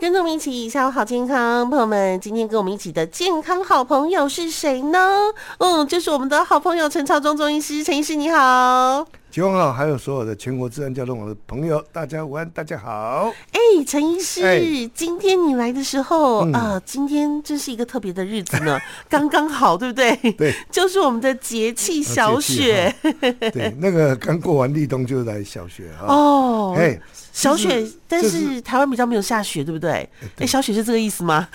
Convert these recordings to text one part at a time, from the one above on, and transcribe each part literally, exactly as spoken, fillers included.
跟着我们一起下午好健康，朋友们，今天跟我们一起的健康好朋友是谁呢？嗯，就是我们的好朋友陈朝忠中医师，陈医师你好。 吉翁好，还有所有的全国自然交通网的朋友，大家午安，大家好。 哎、欸，陈医师、欸，今天你来的时候，嗯、呃，今天真是一个特别的日子呢，刚刚好，对不对？ 对， 就是我们的节气小雪。 对，那个刚过完立冬就来小雪哈。 哦， 哎， 小雪，但是台湾比较没有下雪，对不对？哎、欸，小雪是这个意思吗？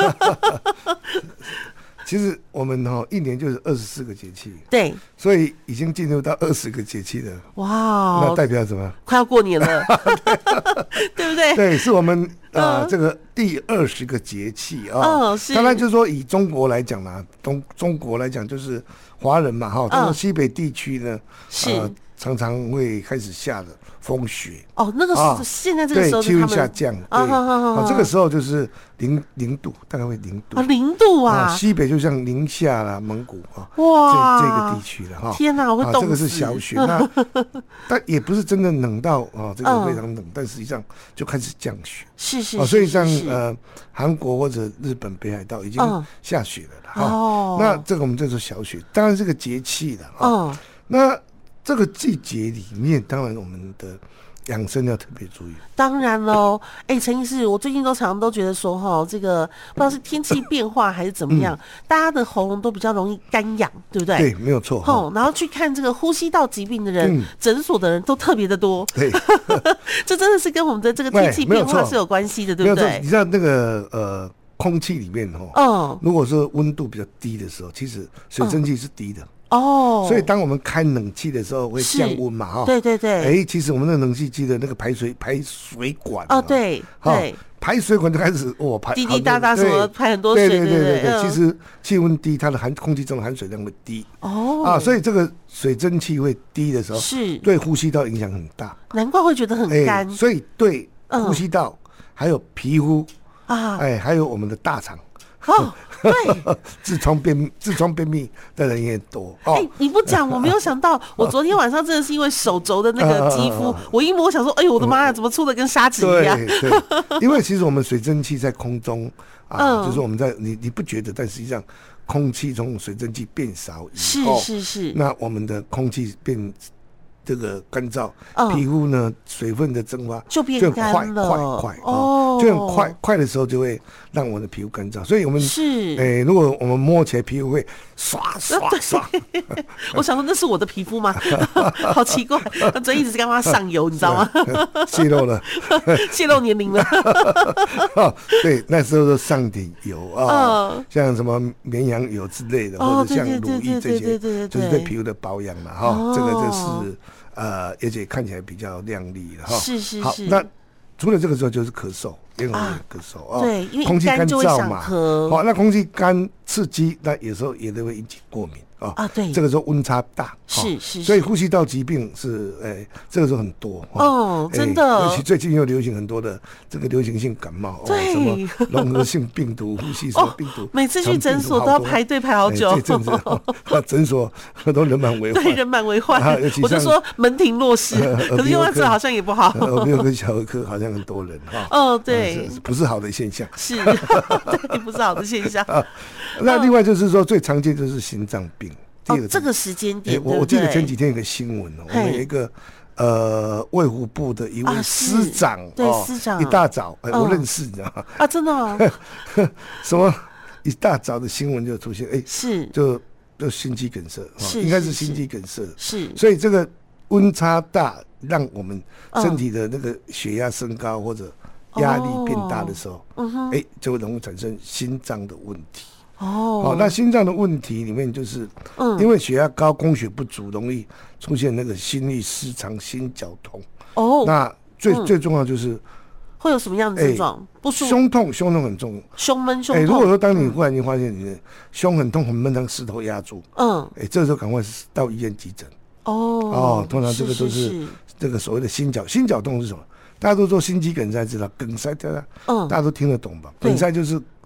其实我们哈一年就是二十四个节气， 对， 所以已经进入到二十个节气了。 哇， 那代表什么？ 快要过年了，对不对？ 对，是我们啊、呃嗯、这个第二十个节气啊。 哦，是。 当然就是说以中国来讲啦，中中国来讲就是华人嘛哈，这个西北地区呢是、 呃、常常会开始下的风雪。 哦，那个是、啊、现在这个时候对，气温下降，对，啊啊啊啊、这个时候就是零零度，大概会零度啊，零度啊， 啊西北就像宁夏啦、蒙古啊， 哇， 这这个地区了哈。 天哪，我会冻死、啊。 这个是小雪，那但也不是真的冷到啊，这个非常冷，嗯、但实际上就开始降雪。 是是是、 啊，所以像呃韩国或者日本北海道已经下雪了啦。哈、哦，那这个我们叫做小雪，当然是个节气了啊。哦，那这个季节里面，当然我们的养生要特别注意。 当然喽，哎、欸，陈医师，我最近都常常都觉得说，哈，这个不知道是天气变化还是怎么样，嗯、大家的喉咙都比较容易干痒，对不对？ 对，没有错。 吼，然后去看这个呼吸道疾病的人，诊、嗯、所的人都特别的多。对，这真的是跟我们的这个天气变化是有关系的，对不对？ 你知道那个呃，空气里面哈，嗯，如果说温度比较低的时候，其实水蒸气是低的。嗯哦，所以当我们开冷气的时候会降温嘛，哈， 对对对， 哎、欸，其实我们那个冷气机的那个排水排水管， 哦，对对， 排水管就开始哦排滴滴答答什么排很多水， 对对对对对， 嗯、 其实气温低，它的含空气中的含水量会低，哦，啊，所以这个水蒸气会低的时候，是对呼吸道影响很大， 难怪会觉得很干、 欸，所以对呼吸道、嗯、还有皮肤啊，哎、欸，还有我们的大肠。 哦，对， 痔疮便痔疮便秘的人也多。 哎、哦欸，你不讲，我没有想到，我昨天晚上真的是因为手肘的那个肌肤，我一摸想说，哎呦，我的妈呀，怎么粗的跟砂纸一样？ 对对，因为其实我们水蒸气在空中啊，嗯、就是我们在你你不觉得，但实际上空气从水蒸气变少以后， 是是是， 那我们的空气变。这个干燥，嗯、皮肤呢水分的蒸发就变干了， 快快快哦，就很快快的时候就会让我们的皮肤干燥，所以我们是诶、欸，如果我们摸起来皮肤会刷刷刷， 我想说那是我的皮肤吗？好奇怪，所以一直是干嘛上油，你知道吗？ 泄露了， 泄露年龄了。 哦，对，那时候都上点油啊，嗯、像什么绵羊油之类的， 哦、 或者像乳液这些，就是对皮肤的保养了哈。哦、这个就是。呃，而且看起来比较亮丽了哈。 是是是。 好，那除了这个时候就是咳嗽，另外咳嗽啊， 对，因为空气干燥嘛， 好， 那空气干刺激，那有时候也都会引起过敏啊。啊，对，这个时候温差大， 是是， 所以呼吸道疾病是诶，这个时候很多哦，真的， 尤其最近又流行很多的这个流行性感冒， 对， 什么融合性病毒、呼吸什么病毒， 每次去诊所都要排队排好久， 这阵子诊所都人满为患， 对，人满为患，我就说门庭若市，可是用在这好像也不好， 耳鼻喉科、小儿科好像很多人哈， 哦，对， 不是好的现象， 是，对，不是好的现象。 那另外就是说，最常见就是心脏病。 哦，这个时间点， 我我记得前几天有个新闻哦，我们有一个呃卫福部的一位司长， 对司长， 一大早，我认识你知道吗？ 啊，真的吗？ 什么一大早的新闻就出现，哎， 是就就心肌梗塞，应该是心肌梗塞， 是， 所以这个温差大，让我们身体的那个血压升高或者压力变大的时候，哎，就会容易产生心脏的问题。哦，好，那心脏的问题里面就是，嗯，因为血压高、供血不足，容易出现那个心律失常、心绞痛。哦，那最、嗯、最重要就是会有什么样的症状？欸、不舒服， 胸痛，胸痛很重， 胸闷、胸痛。 哎、欸，如果说当你忽然间发现你的胸很痛、很闷，像石头压住，嗯，哎、欸，这个时候赶快到医院急诊。哦哦，通常这个都是这个所谓的心绞心绞痛是什么？大家都说心肌梗塞知道，梗塞大家嗯，大家都听得懂吧？梗塞就是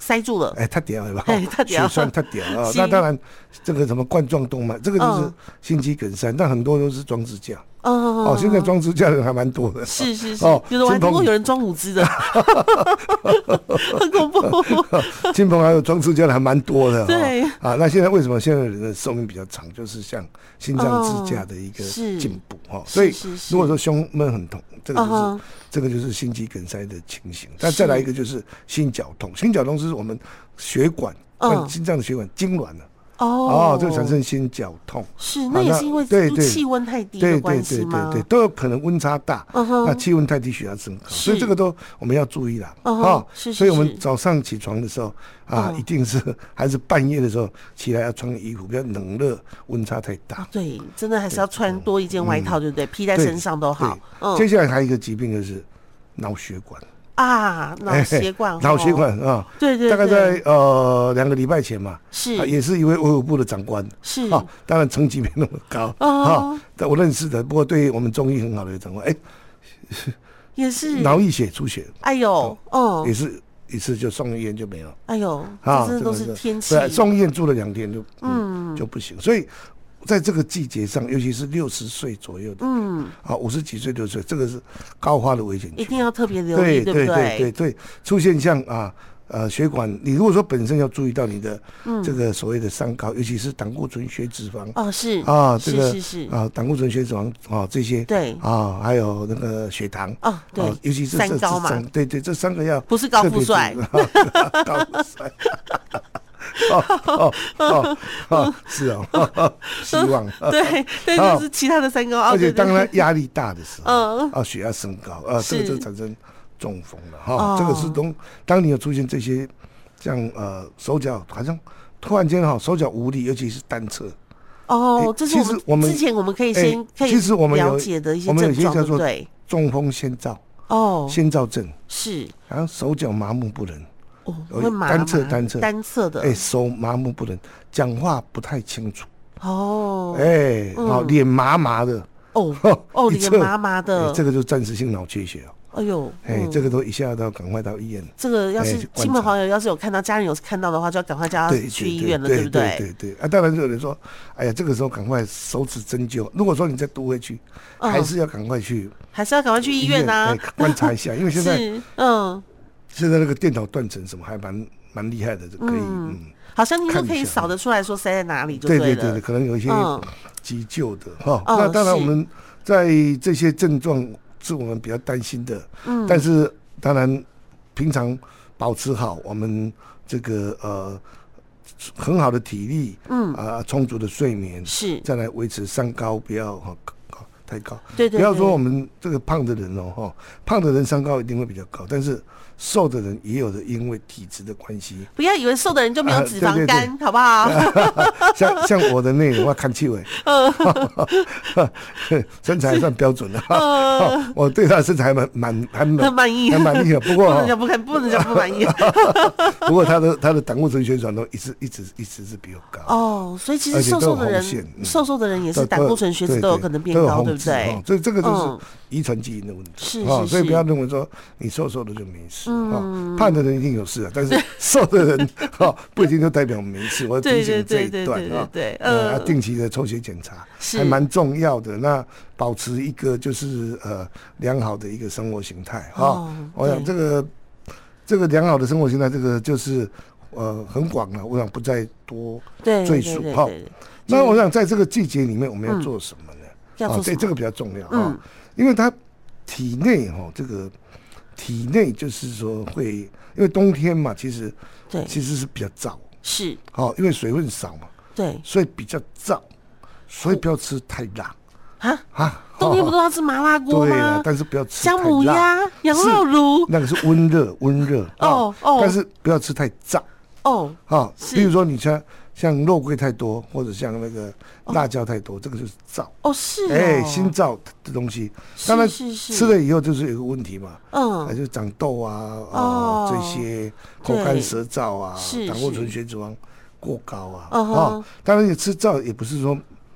塞住了， 哎，太屌了吧？ 哎太屌血栓太屌啊！那当然，这个什么冠状动脉，这个就是心肌梗塞，但很多都是装支架。哦哦，现在装支架的人还蛮多的。 是是是，哦，有的我还听过有人装五支的，很恐怖。 亲朋好友装支架的还蛮多的。 对啊，那现在为什么现在人的寿命比较长？就是像心脏支架的一个进步哈。所以如果说胸闷很痛，这个就是这个就是心肌梗塞的情形。但再来一个就是心绞痛，心绞痛是我们血管，心脏的血管痉挛了。哦，就产生心绞痛， 是那也是因为气温太低的关系吗？ 对对对对，都有可能温差大，那气温太低血压升高，所以这个都我们要注意啦。啊，所以我们早上起床的时候啊，一定是还是半夜的时候起来要穿衣服，不要冷热温差太大。 对，真的还是要穿多一件外套，对不对？披在身上都好。 接下来还有一个疾病就是脑血管。 啊，脑血管， 脑血管啊， 对对， 大概在呃两个礼拜前嘛， 是， 也是一位卫福部的长官， 是啊，当然成绩没那么高啊，但我认识的，不过对我们中医很好的长官，哎， 也是脑溢血出血， 哎呦，哦， 也是一次就送医院就没了， 哎呦，这真的都是天气， 对，送医院住了两天就嗯就不行，所以。在这个季节上，尤其是六十岁左右的，嗯，啊，五十几岁、六十岁，这个是高发的危险区， 一定要特别留意，对不对？ 对对对对，出现像啊呃血管，你如果说本身要注意到你的这个所谓的三高，尤其是胆固醇、血脂肪， 哦是啊，这个是是啊胆固醇、血脂肪啊这些， 对啊，还有那个血糖， 哦对， 尤其是三高嘛， 对对，这三个要不是高富帅， 高富帅。哦哦哦哦，是哦，希望对对，就是其他的三高， 而且当他压力大的时候，嗯，啊，血压升高，啊，这个就产生中风了哈。这个是当当你有出现这些，像呃手脚好像突然间哈手脚无力，尤其是单侧。 哦，这是我们之前我们可以先可以其实我们了解的一些我们有些叫做对中风先兆哦， 先兆症是， 然后手脚麻木不仁。 哦，会麻单侧单侧单侧的， 哎、欸，手麻木不仁，讲话不太清楚。 哦， 哎、欸，好、嗯，脸麻麻的。 哦哦，脸麻麻的、 欸，这个就是暂时性脑缺血哦。 哎呦， 哎、嗯欸，这个都一下都要赶快到医院。 这个要是亲朋好友要是有看到，家人有看到的话，就要赶快叫他去医院了，对不对？ 对对对啊，当然就有人说，哎呀，这个时候赶快手指针灸。如果说你再嘟回去，嗯、还是要赶快去， 还是要赶快去医院啊， 欸、观察一下，因为现在嗯。 现在那个电脑断层什么还蛮蛮厉害的，就可以嗯，嗯好像你都可以扫得出来说塞在哪里就对了。 对对对，可能有一些急救的哈、嗯。那当然我们在这些症状是我们比较担心的，嗯，但是当然平常保持好我们这个呃很好的体力，嗯啊、呃、充足的睡眠， 是再来维持三高不要哈。太高， 对 对, 对， 不要说我们这个胖的人哦，哈，胖的人三高一定会比较高，但是瘦的人也有的，因为体质的关系。 不要以为瘦的人就没有脂肪肝，啊、對對對好不好？ 像像我的那个，我要看气味，身材还算标准的、啊呃，我对他的身材还蛮蛮还很满意， 很满意的。不过不能讲不看，不能讲不满意。 不过他的他的胆固醇血管都一直一直一直是比我高。 哦，所以其实瘦瘦的人，嗯、瘦瘦的人也是胆固醇血脂都有可能变高，对不对？ 所以这个就是遗传基因的问题。 是是是， 所以不要认为说你瘦瘦的就没事，嗯、胖的人一定有事啊，但是瘦的人哈不一定就代表没事。我提醒这一段啊， 对， 呃，定期的抽血检查还蛮重要的。那保持一个就是呃良好的一个生活形态哈。我想这个这个良好的生活形态，这个就是呃很广了，我想不再多赘述哈。那我想在这个季节里面，我们要做什么呢？ 啊， 对，这个比较重要啊，因为它体内哈，这个体内就是说会，因为冬天嘛，其实对， 其实是比较燥， 是， 好，因为水分少嘛， 对， 所以比较燥，所以不要吃太辣啊啊！冬天不都要吃麻辣锅吗？ 对啊，但是不要吃姜母鸭、羊肉炉， 那个是温热温热哦哦，但是不要吃太燥哦啊，比如说你像。像肉桂太多，或者像那个辣椒太多，哦、这个就是燥哦，是哎、欸，心燥的东西，当然吃了以后就是有一个问题嘛，嗯，就长痘啊，哦，这些口干舌燥啊，胆固醇血脂肪过高啊，哦，当然你吃燥也不是说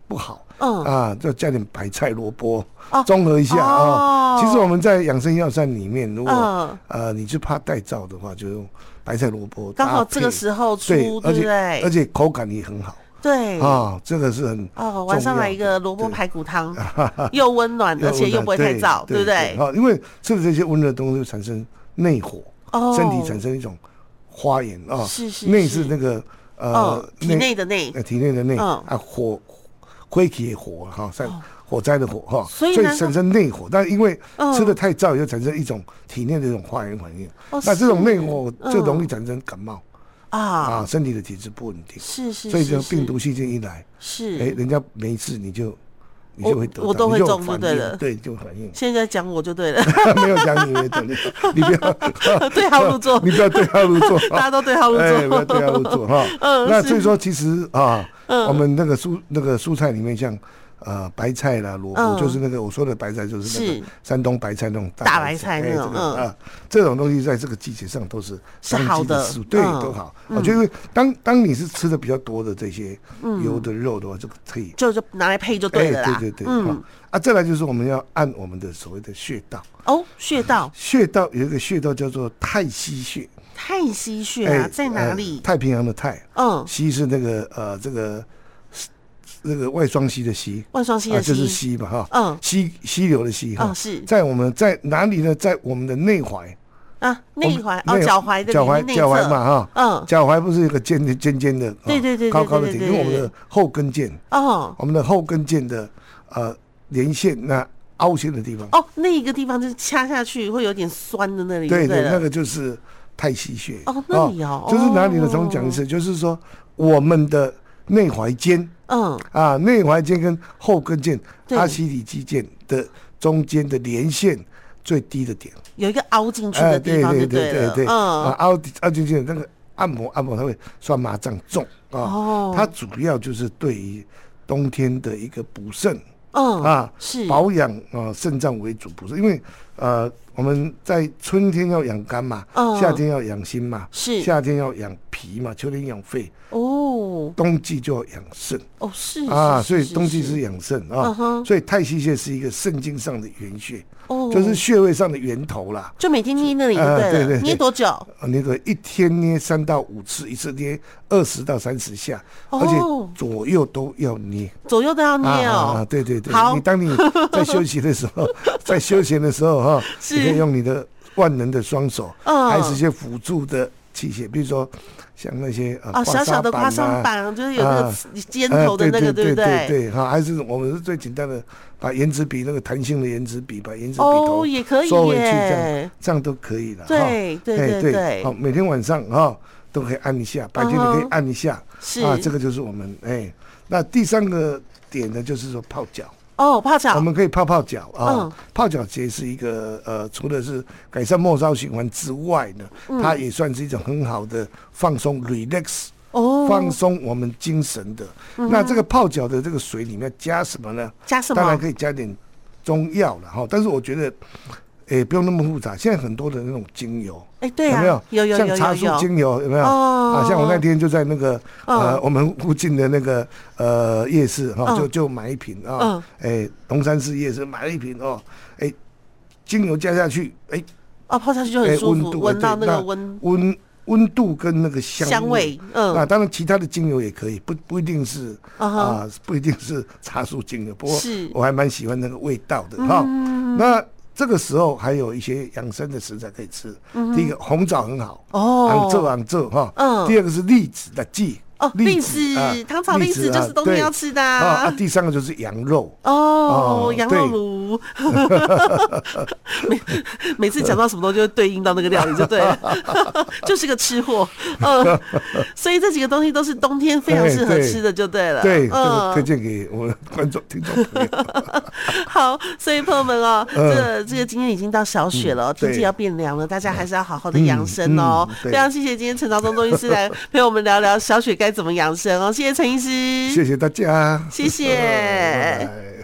不好， 嗯啊，就加点白菜、萝卜，综合一下啊。 哦， 其实我们在养生药膳里面，如果、 嗯、 呃你是怕带燥的话，就用白菜、萝卜， 刚好这个时候出， 对， 对不对？ 而且口感也很好。 对啊，这个是很哦，晚上来一个萝卜排骨汤，又温暖，而且又不会太燥，对不对？ 好，因为吃了这些温热的东西，会产生内火，哦，身体产生一种花炎啊， 是是， 内是那个呃体内的内， 体内的内啊火，火气的火哈，在火灾的火哈，所以产生内火，但因为吃的太燥，又产生一种体内的这种花炎反应，那这种内火就容易产生感冒。啊啊，身体的体质不稳定， 是是， 所以就病毒细菌一来， 是， 哎，人家没事你就你就会得， 我都会中，就对了， 对，就反应。 现在讲我就对了， 没有讲你，没讲你，你不要对号入座， 你不要对号入座， 大家都对号入座， 不要对号入座哈。嗯，那所以说其实啊，我们那个蔬那个蔬菜里面像。呃，白菜啦，萝卜、嗯、就是那个我说的白菜，就是那个山东白菜那种大白菜那种， 哎、这个、嗯啊，这种东西在这个季节上都是是好的， 对，嗯、都好。我觉得当当你是吃的比较多的这些油的肉的话，这个可以就就拿来配就对了啦。 哎、对对对，嗯啊，再来就是我们要按我们的所谓的穴道哦，穴道， 穴道有一个穴道叫做太溪穴， 太溪穴啊，在哪里？ 呃、太平洋的太，嗯，溪是那个呃这个。那个外双溪的溪， 外双溪的溪、 啊、就是溪嘛，哈， 嗯， 溪溪流的溪，哈、 哦，是在我们在哪里呢？在我们的内踝啊，内踝哦，脚踝的脚踝脚踝嘛，哈，嗯，脚踝不是有个尖尖尖的， 对对对， 高高的点，因为我们的后跟腱哦， 我们的后跟腱的呃连线那凹陷的地方， 哦，那一个地方就是掐下去会有点酸的那里， 对对，那个就是太溪穴哦，那里哦， 就是哪里呢？重讲一次，就是说我们的内踝尖。 嗯啊，内踝尖跟后跟腱阿基里肌腱的中间的连线最低的点， 有一个凹进去的地方，对对对对， 嗯，啊凹凹进去的那个按摩按摩，它会算麻胀重啊，哦，它主要就是对于冬天的一个补肾，嗯啊是保养啊肾脏为主补肾，因为呃我们在春天要养肝嘛，嗯，夏天要养心嘛， 是夏天要养脾嘛，秋天养肺。 哦， 冬季就要养肾哦，是啊，所以冬季是养肾啊，所以太溪穴是一个肾经上的原穴，哦，就是穴位上的源头啦。 就每天捏那里就对了，对对，捏多久？ 那个一天捏三到五次，一次捏二十到三十下，而且左右都要捏， 左右都要捏哦。 啊，对对对，你当你在休息的时候，在休闲的时候哈，你可以用你的万能的双手，还是一些辅助的器械，比如说。像那些啊，小小的刮痧板，就是有那个尖头的那个，对不对？ 对对哈，还是我们是最简单的，把圆珠笔那个弹性的圆珠笔，把圆珠笔头也可以收回去，这样这样都可以了。 对对对对， 好，每天晚上哈都可以按一下，白天你可以按一下，是啊，这个就是我们哎。那第三个点呢，就是说泡脚。 哦，泡脚， 我们可以泡泡脚啊。嗯、泡脚其实是一个呃，除了是改善末梢循环之外呢，嗯、它也算是一种很好的放松 relax， 哦，放松我们精神的。嗯、那这个泡脚的这个水里面加什么呢？ 加什么？ 当然可以加点中药了哈，但是我觉得。哎、欸，不用那么复杂。现在很多的那种精油， 哎、欸，对啊， 有没有？ 有有有有像茶树精油有没有？哦、啊，像我那天就在那个、哦、呃我们附近的那个呃夜市哈、哦，就就买一瓶啊，哎、哦欸，龙山寺夜市买了一瓶哦，哎、欸，精油加下去，哎、欸， 哦，泡下去就很舒服，闻、欸、到那个温温温度跟那个香香味，嗯， 啊，当然其他的精油也可以，不不一定是、uh huh、啊，不一定是茶树精油，不过我还蛮喜欢那个味道的哈、嗯哦，那。这个时候还有一些养生的食材可以吃。嗯、第一个红枣很好，哦，杭州杭州哈。嗯。第二个是栗子的季。 哦，栗子，糖炒栗子就是冬天要吃的啊。 啊，第三个就是羊肉。 哦，羊肉炉。每每次讲到什么东西，就对应到那个料理就对了，就是个吃货。嗯，所以这几个东西都是冬天非常适合吃的，就对了。 对，嗯，推荐给我的观众听众朋友。 好，所以朋友们哦，这个这个今天已经到小雪了，天气要变凉了，大家还是要好好的养生哦。非常谢谢今天陈朝宗中医师来陪我们聊聊小雪该怎么养生哦，谢谢陈医师， 谢谢大家， 谢谢。